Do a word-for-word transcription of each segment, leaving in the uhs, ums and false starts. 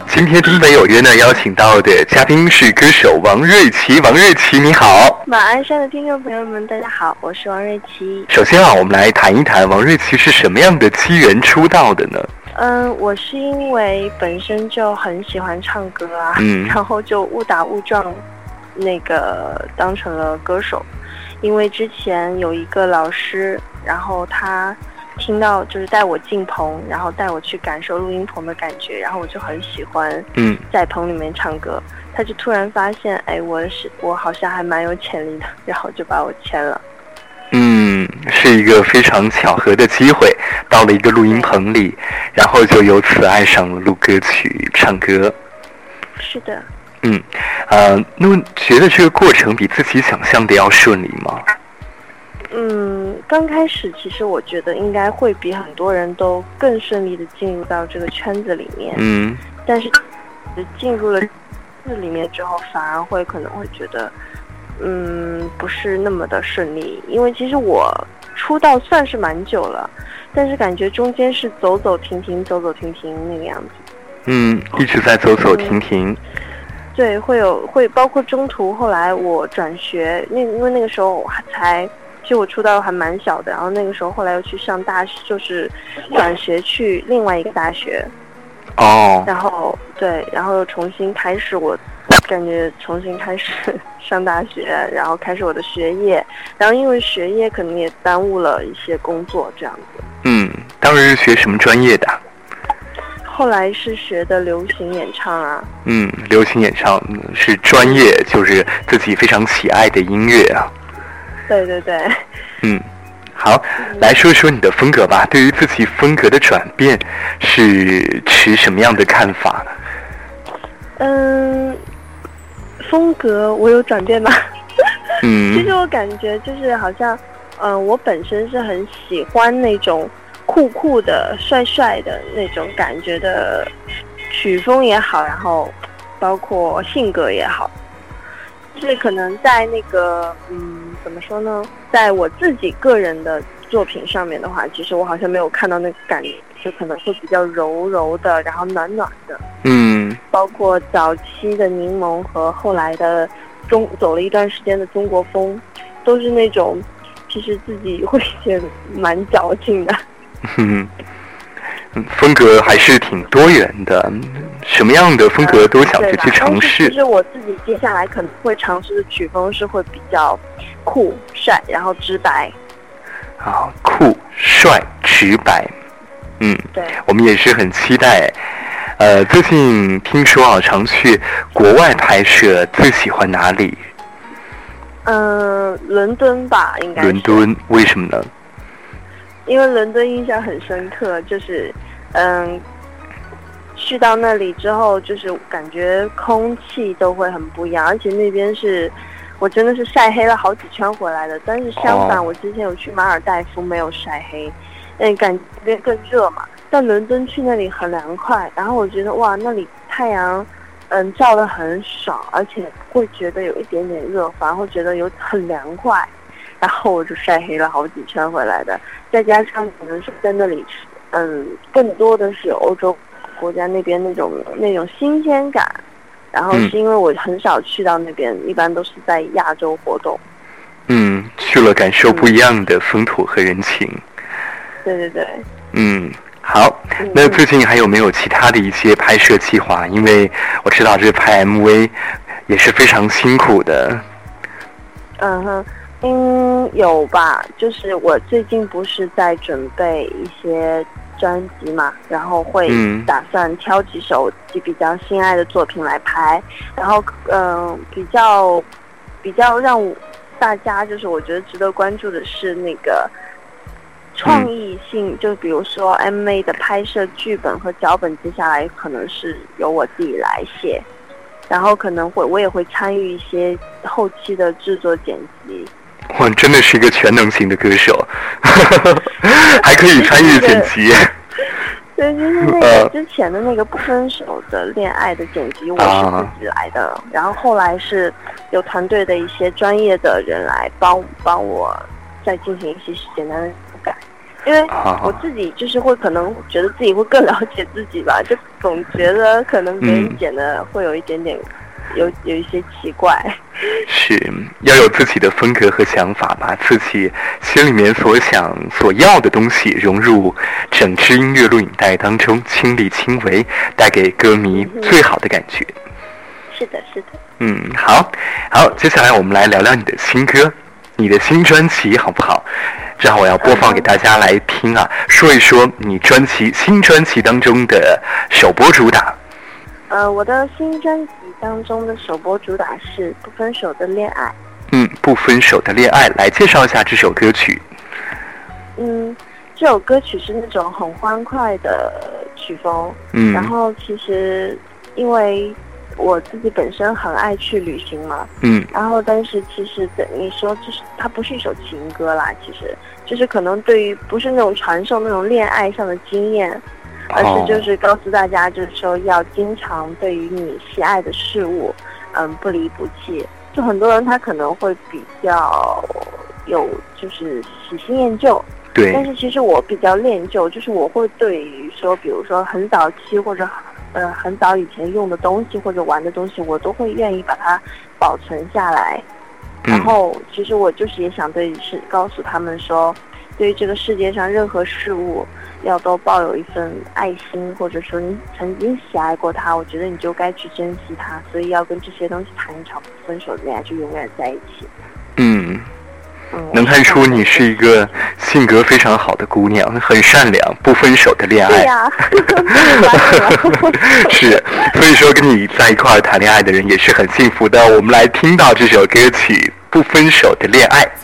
今天丁北有约呢，邀请到的嘉宾是歌手王瑞琪。王瑞琪，你好。 马鞍山的听众朋友们，大家好，我是王瑞琪。 首先啊，我们来谈一谈王瑞琪是什么样的机缘出道的呢？ 嗯，我是因为本身就很喜欢唱歌啊， 嗯， 然后就误打误撞，那个当成了歌手。因为之前有一个老师，然后他听到就是带我进棚，然后带我去感受录音棚的感觉，然后我就很喜欢嗯在棚里面唱歌。嗯、他就突然发现，哎，我是我好像还蛮有潜力的，然后就把我签了。 嗯，是一个非常巧合的机会，到了一个录音棚里，然后就由此爱上了录歌曲、唱歌。 是的。 嗯，呃，那么觉得这个过程比自己想象的要顺利吗？ 嗯，刚开始其实我觉得应该会比很多人都更顺利的进入到这个圈子里面。 嗯， 但是进入了圈子里面之后，反而会可能会觉得，嗯，不是那么的顺利。因为其实我出道算是蛮久了，但是感觉中间是走走停停，走走停停那个样子。 嗯，一直在走走停停。嗯， 对，会有会包括中途后来我转学，那因为那个时候我还才，其实我出道还蛮小的，然后那个时候后来又去上大学，就是转学去另外一个大学。 哦。 然后对，然后又重新开始我，感觉重新开始上大学，然后开始我的学业，然后因为学业可能也耽误了一些工作这样子。 嗯，当时是学什么专业的？ 后来是学的流行演唱啊。 嗯，流行演唱是专业，就是自己非常喜爱的音乐啊。 对对对。 嗯，好，来说说你的风格吧。对于自己风格的转变，是持什么样的看法？ 嗯，风格我有转变吗？ 嗯， 其实我感觉就是好像，嗯、呃，我本身是很喜欢那种酷酷的、帅帅的那种感觉的曲风也好，然后包括性格也好，就是可能在那个嗯，怎么说呢，在我自己个人的作品上面的话，其实我好像没有看到那个感觉，就可能会比较柔柔的，然后暖暖的。 嗯， 包括早期的柠檬和后来的中走了一段时间的中国风，都是那种其实自己会觉得蛮矫情的。 嗯，风格还是挺多元的，什么样的风格都想着去尝试。 嗯、其实我自己接下来可能会尝试的曲风是会比较酷帅，然后直白。 啊，酷帅直白，嗯， 对， 我们也是很期待。呃，最近听说啊，常去国外拍摄，最喜欢哪里？ 嗯、呃，伦敦吧，应该是。 伦敦，为什么呢？ 因为伦敦印象很深刻，就是嗯，去到那里之后，就是感觉空气都会很不一样，而且那边是我真的是晒黑了好几圈回来的。但是相反， oh. 我之前有去马尔代夫，没有晒黑，嗯，感觉那边更热嘛。但伦敦去那里很凉快，然后我觉得哇，那里太阳嗯照得很爽，而且会觉得有一点点热，反而会觉得有很凉快。然后我就晒黑了好几圈回来的，再加上可能是在那里，嗯，更多的是欧洲国家那边那种那种新鲜感，然后是因为我很少去到那边，嗯、一般都是在亚洲活动。 嗯，去了感受不一样的风土和人情。嗯、 对对对。 嗯，好，那最近还有没有其他的一些拍摄计划？因为我知道这拍 M V 也是非常辛苦的。 嗯哼。嗯，有吧，就是我最近不是在准备一些专辑嘛，然后会打算挑几首自己比较心爱的作品来拍，然后嗯、呃，比较比较让大家就是我觉得值得关注的是那个创意性，嗯、就比如说 M V 的拍摄剧本和脚本，接下来可能是由我自己来写，然后可能会我也会参与一些后期的制作剪辑。 哇，真的是一个全能型的歌手，还可以参与剪辑。 对，就是那个之前的那个不分手的恋爱的剪辑，我是自己来的，啊、然后后来是有团队的一些专业的人来帮帮我再进行一些简单的改。 因为我自己就是会可能觉得自己会更了解自己吧，就总觉得可能别人剪的会有一点点有有一些奇怪。 是要有自己的风格和想法，把自己心里面所想所要的东西融入整支音乐录影带当中，亲力亲为，带给歌迷最好的感觉。嗯、 是的，是的。 嗯，好，好，接下来我们来聊聊你的新歌，你的新专辑好不好？正好我要播放给大家来听啊，说一说你专辑新专辑当中的首播主打。 呃，我的新专辑当中的首播主打是《不分手的恋爱》。 嗯，不分手的恋爱，来介绍一下这首歌曲。 嗯，这首歌曲是那种很欢快的曲风。嗯，然后其实因为我自己本身很爱去旅行嘛，嗯，然后但是其实等于说，就是它不是一首情歌啦，其实就是可能对于不是那种传授那种恋爱上的经验，而是就是告诉大家，就是说要经常对于你喜爱的事物，嗯，不离不弃。就很多人他可能会比较有就是喜新厌旧， 对， 但是其实我比较恋旧，就是我会对于说，比如说很早期或者。呃，很早以前用的东西或者玩的东西，我都会愿意把它保存下来。然后，其实我就是也想对是告诉他们说，对于这个世界上任何事物，要都抱有一份爱心，或者说你曾经喜爱过它，我觉得你就该去珍惜它。所以要跟这些东西谈一场不分手的恋爱，就永远在一起。 嗯。能看出你是一个性格非常好的姑娘，很善良，不分手的恋爱。 对呀、啊， 是，所以说跟你在一块儿谈恋爱的人也是很幸福的。我们来听到这首歌曲《不分手的恋爱》。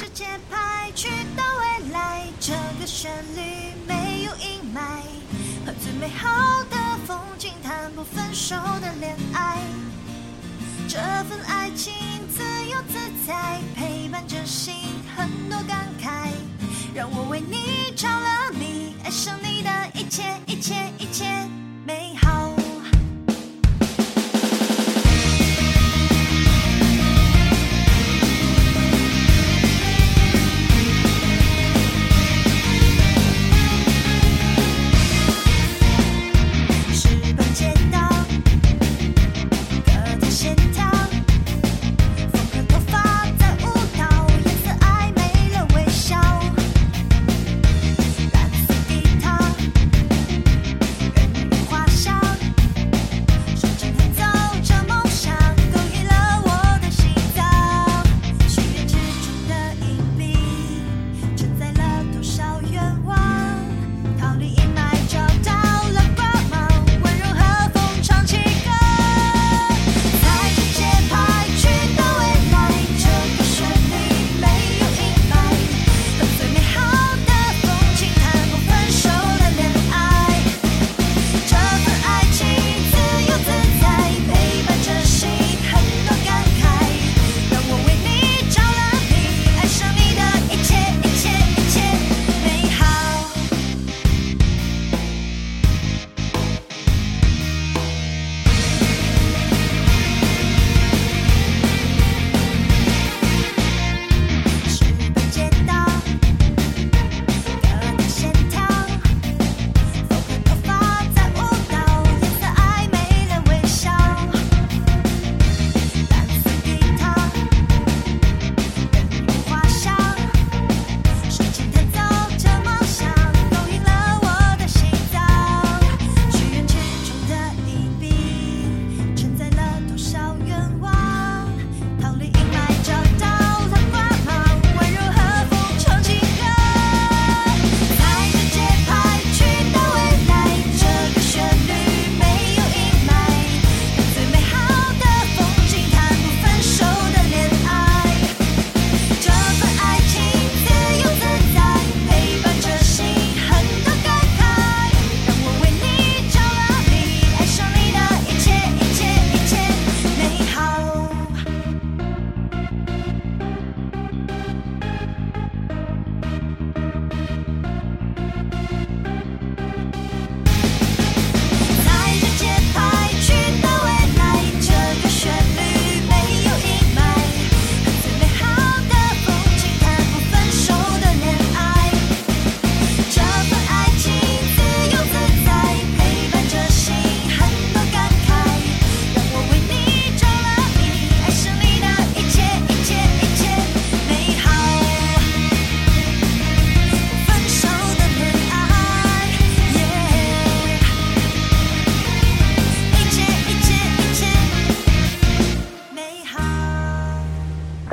这份爱情自由自在，陪伴着心很多感慨，让我为你着了迷，爱上你的一切一切一切美好。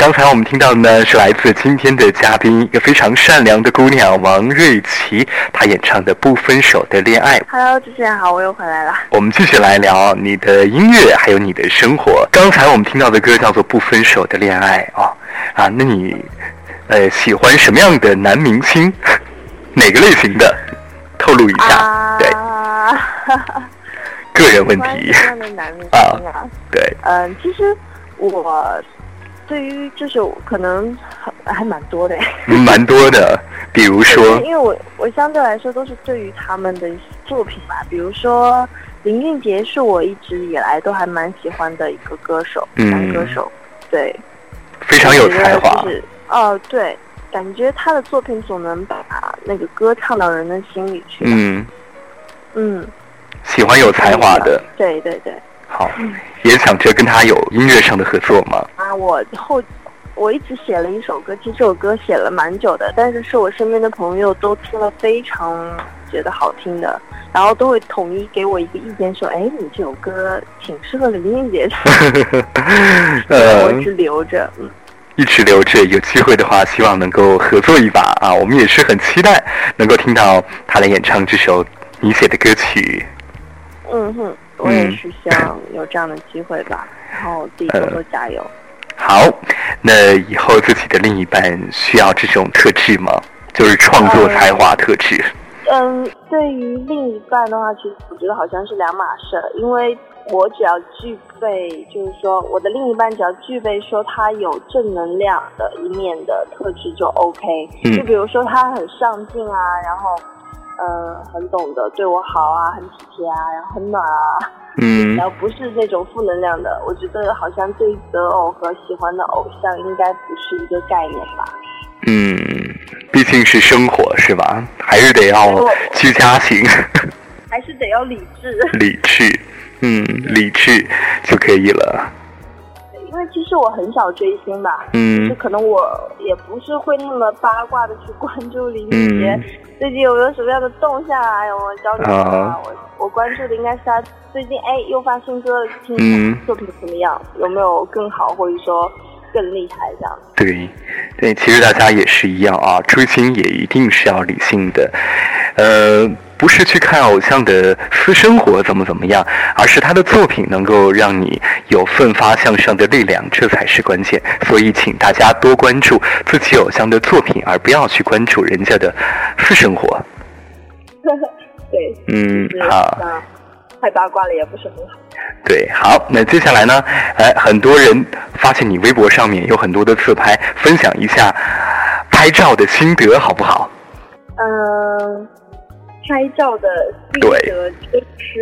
刚才我们听到的呢是来自今天的嘉宾，一个非常善良的姑娘王瑞琪，她演唱的《不分手的恋爱》。 Hello， 主持人好，我又回来了。 我们继续来聊你的音乐，还有你的生活。刚才我们听到的歌叫做《不分手的恋爱》哦，啊，那你呃喜欢什么样的男明星？哪个类型的？透露一下。啊、对。个人问题。 什么样的男明星啊？啊对。 嗯、呃，其实我。对于就是可能还蛮多的， 蛮多的，比如说， 因为我我相对来说都是对于他们的作品吧，比如说林俊杰是我一直以来都还蛮喜欢的一个歌手，男歌手，对， 非常有才华， 就是哦，对，感觉他的作品总能把那个歌唱到人的心里去， 嗯嗯， 喜欢有才华的， 对对对。 好，也想着跟他有音乐上的合作吗？ 啊，我后我一直写了一首歌，其实这首歌写了蛮久的，但是是我身边的朋友都听了非常觉得好听的，然后都会统一给我一个意见说，哎，你这首歌挺适合林俊杰的，呃，我一直留着，嗯。 一直留着，有机会的话，希望能够合作一把啊！我们也是很期待能够听到他来演唱这首你写的歌曲。 嗯哼。我也是希望有这样的机会吧，然后自己多多加油。 好，那以后自己的另一半需要这种特质吗？就是创作才华特质。 嗯，对于另一半的话，其实我觉得好像是两码事，因为我只要具备，就是说我的另一半只要具备说他有正能量的一面的特质就 OK。嗯。就比如说他很上进啊，然后。呃，很懂得对我好啊，很体贴啊，然后很暖啊， 嗯， 然后不是那种负能量的，我觉得好像对择偶和喜欢的偶像应该不是一个概念吧。 嗯，毕竟是生活是吧？还是得要居家型， 还是得要理智。 理智，嗯，理智就可以了。 因为其实我很少追星吧， 嗯， 就是可能我也不是会那么八卦的去关注林俊杰、嗯、最近有没有什么样的动向啊，有没有交流啊？我我关注的应该是他最近哎又发新歌了，听嗯作品怎么样，有没有更好或者说更厉害这样？ 对，对，其实大家也是一样啊，追星也一定是要理性的，呃。不是去看偶像的私生活怎么怎么样，而是他的作品能够让你有奋发向上的力量，这才是关键。所以请大家多关注自己偶像的作品，而不要去关注人家的私生活。 对， 嗯，好， 太八卦了也不是很好。 对，好，那接下来呢？哎，很多人发现你微博上面有很多的自拍，分享一下拍照的心得好不好？ 嗯。拍照的心得就是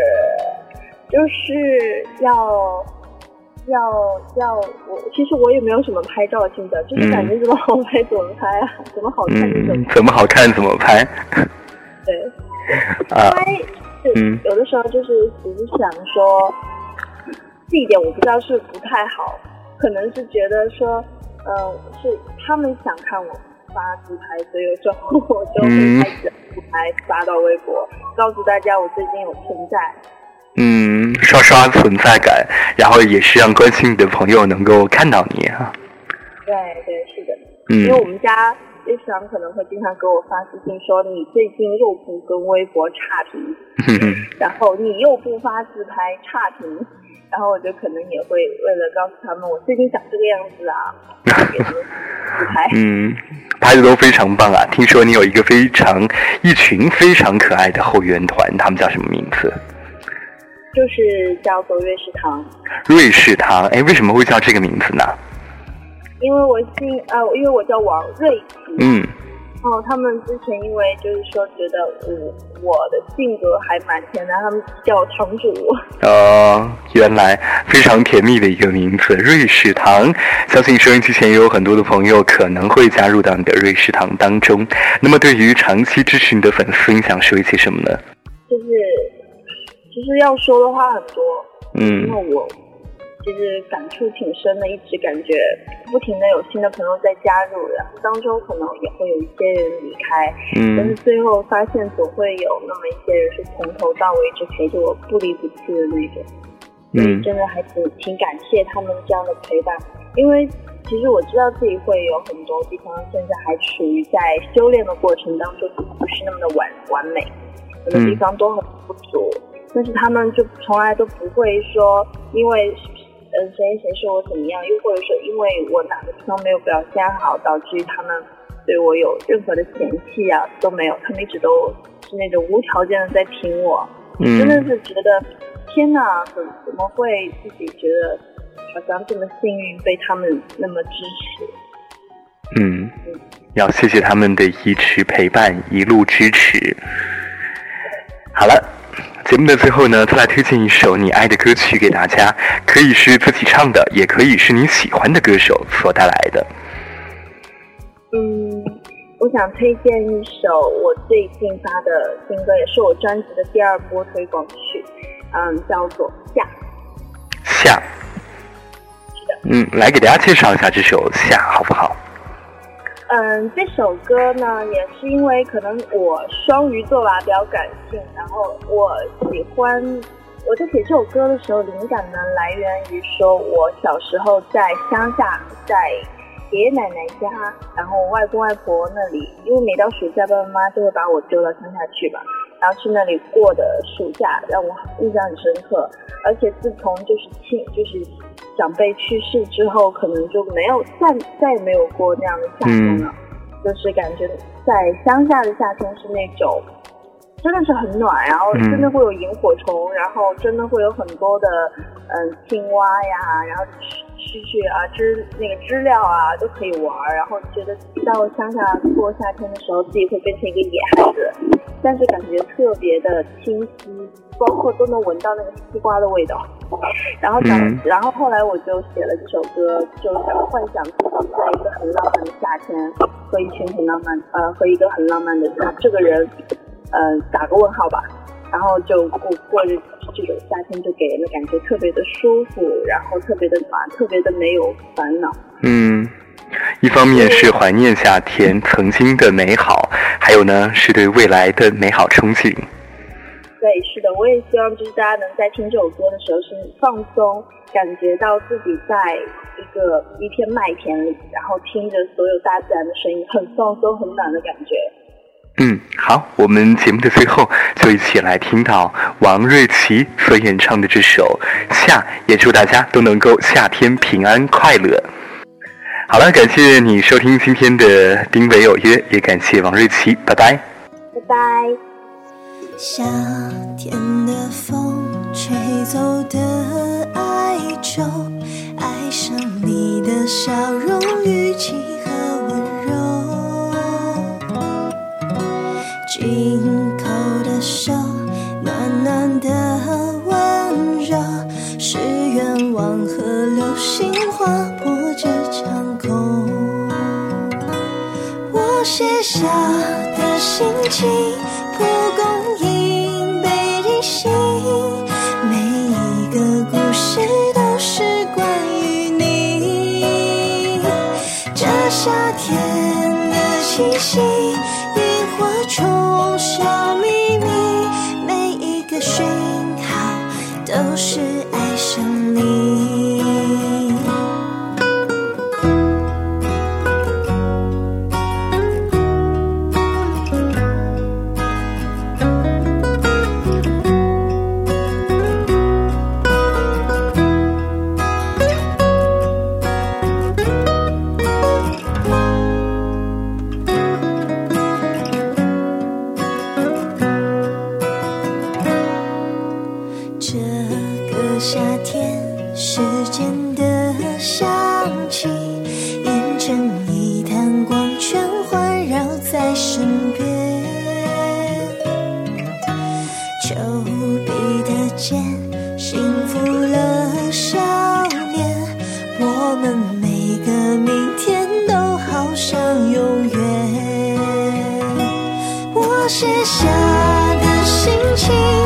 就是要要要我其实我也没有什么拍照的心得，就是感觉怎么好拍怎么拍啊，怎么好看就怎么拍、 嗯、怎么好看怎么拍。 对，拍嗯有的时候就是只是想说这一点我不知道是不太好，可能是觉得说嗯、呃、是他们想看我发自拍，所以有时候我就会开始自拍发到微博、嗯、告诉大家我最近有存在， 嗯，刷刷存在感，然后也是让关心你的朋友能够看到你啊。 对对是的， 嗯， 因为我们家日常可能会经常给我发私信说你最近又不跟微博差评、嗯、然后你又不发自拍差评，然后我就可能也会为了告诉他们我最近长这个样子啊，给他们自拍。 嗯，拍的都非常棒啊！听说你有一个非常一群非常可爱的后援团，他们叫什么名字？ 就是叫做瑞士堂。 瑞士堂，哎，为什么会叫这个名字呢？ 因为我姓呃，因为我叫王瑞琪。 嗯。 哦，他们之前因为就是说觉得我我的性格还蛮甜的，他们叫我堂主。 哦，原来非常甜蜜的一个名字，瑞士堂。相信收音机前也有很多的朋友可能会加入到你的瑞士堂当中。那么对于长期支持你的粉丝，你想说一些什么呢？ 就是其实要说的话很多， 嗯， 因为我其实感触挺深的，一直感觉不停的有新的朋友在加入，然后当中可能也会有一些人离开， 嗯， 但是最后发现总会有那么一些人是从头到尾一直陪着我不离不弃的那种， 嗯， 真的还挺挺感谢他们这样的陪伴，因为其实我知道自己会有很多地方现在还处于在修炼的过程当中，不是那么的完完美，很多地方都很不足、嗯、但是他们就从来都不会说因为呃谁谁说我怎么样，又或者说因为我哪个地方没有表现好导致于他们对我有任何的嫌弃啊都没有，他们一直都是那种无条件的在挺我、嗯、真的是觉得天哪，怎怎么会自己觉得好像这么幸运被他们那么支持。 嗯，要谢谢他们的一直陪伴，一路支持。好了，节目的最后呢，再来推荐一首你爱的歌曲给大家，可以是自己唱的，也可以是你喜欢的歌手所带来的。 嗯，我想推荐一首我最近发的新歌，也是我专辑的第二波推广曲，嗯，叫做《夏》。 夏。嗯，来给大家介绍一下这首《夏》好不好？ 嗯，这首歌呢，也是因为可能我双鱼座吧，比较感性，然后我喜欢我在写这首歌的时候，灵感呢来源于说我小时候在乡下，在爷爷奶奶家，然后外公外婆那里，因为每到暑假爸爸妈妈就会把我丢到乡下去吧，然后去那里过的暑假让我印象很深刻。而且自从就是亲就是长辈去世之后，可能就没有再再也没有过那样的夏天了、嗯、就是感觉在乡下的夏天是那种真的是很暖，然后真的会有萤火虫、嗯、然后真的会有很多的嗯青蛙呀，然后蛐蛐啊知那个知了啊都可以玩，然后觉得到乡下过夏天的时候自己会变成一个野孩子，但是感觉特别的清晰，包括都能闻到那个西瓜的味道。然后想、嗯、然后后来我就写了这首歌，就想幻想自己在一个很浪漫的夏天和一群很浪漫呃和一个很浪漫的这个人呃打个问号吧，然后就过过着这种夏天，就给人的感觉特别的舒服，然后特别的暖，特别的没有烦恼。 嗯，一方面是怀念夏天曾经的美好，还有呢是对未来的美好憧憬。 对，是的，我也希望就是大家能在听这首歌的时候是放松，感觉到自己在一个一片麦田里，然后听着所有大自然的声音，很放松很暖的感觉。 嗯，好，我们节目的最后就一起来听到王瑞琪所演唱的这首《夏》，也祝大家都能够夏天平安快乐。好了，感谢你收听今天的丁伟有约，也感谢王瑞琪，拜拜。 拜拜。 夏天的风吹走的哀愁，爱上你的笑容语气和温柔，紧扣的手暖暖的温柔，是愿望和流星划破这场空。我写下的心情蒲公英被提醒，每一个故事都是关于你。这夏天的气息，萤火虫小秘密，每一个讯号都是爱上你。夏天，时间的香气，映成一滩光圈环绕在身边。丘比特箭，幸福了少年。我们每个明天都好像永远。我写下的心情。